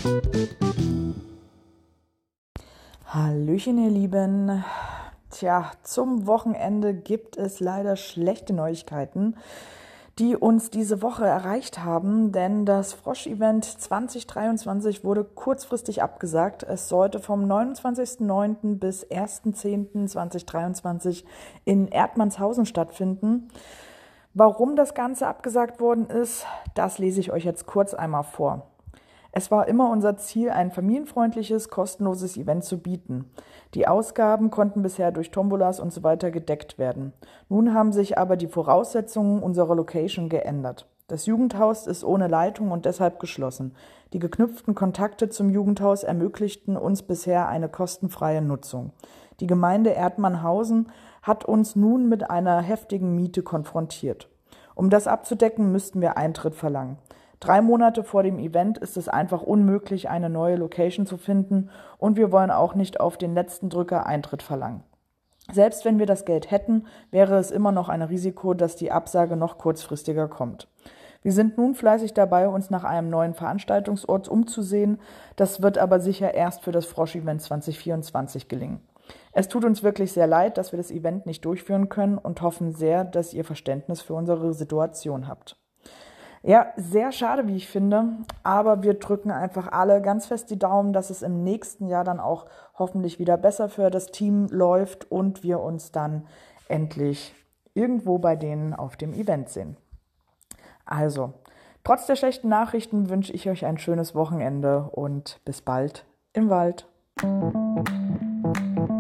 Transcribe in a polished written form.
Hallöchen, ihr Lieben. Tja, zum Wochenende gibt es leider schlechte Neuigkeiten, die uns diese Woche erreicht haben, denn das Frosch-Event 2023 wurde kurzfristig abgesagt. Es sollte vom 29.09. bis 1.10.2023 in Erdmannshausen stattfinden. Warum das Ganze abgesagt worden ist, das lese ich euch jetzt kurz einmal vor. Es war immer unser Ziel, ein familienfreundliches, kostenloses Event zu bieten. Die Ausgaben konnten bisher durch Tombolas und so weiter gedeckt werden. Nun haben sich aber die Voraussetzungen unserer Location geändert. Das Jugendhaus ist ohne Leitung und deshalb geschlossen. Die geknüpften Kontakte zum Jugendhaus ermöglichten uns bisher eine kostenfreie Nutzung. Die Gemeinde Erdmannhausen hat uns nun mit einer heftigen Miete konfrontiert. Um das abzudecken, müssten wir Eintritt verlangen. 3 Monate vor dem Event ist es einfach unmöglich, eine neue Location zu finden und wir wollen auch nicht auf den letzten Drücker Eintritt verlangen. Selbst wenn wir das Geld hätten, wäre es immer noch ein Risiko, dass die Absage noch kurzfristiger kommt. Wir sind nun fleißig dabei, uns nach einem neuen Veranstaltungsort umzusehen. Das wird aber sicher erst für das Frosch-Event 2024 gelingen. Es tut uns wirklich sehr leid, dass wir das Event nicht durchführen können und hoffen sehr, dass ihr Verständnis für unsere Situation habt. Ja, sehr schade, wie ich finde, aber wir drücken einfach alle ganz fest die Daumen, dass es im nächsten Jahr dann auch hoffentlich wieder besser für das Team läuft und wir uns dann endlich irgendwo bei denen auf dem Event sehen. Also, trotz der schlechten Nachrichten wünsche ich euch ein schönes Wochenende und bis bald im Wald.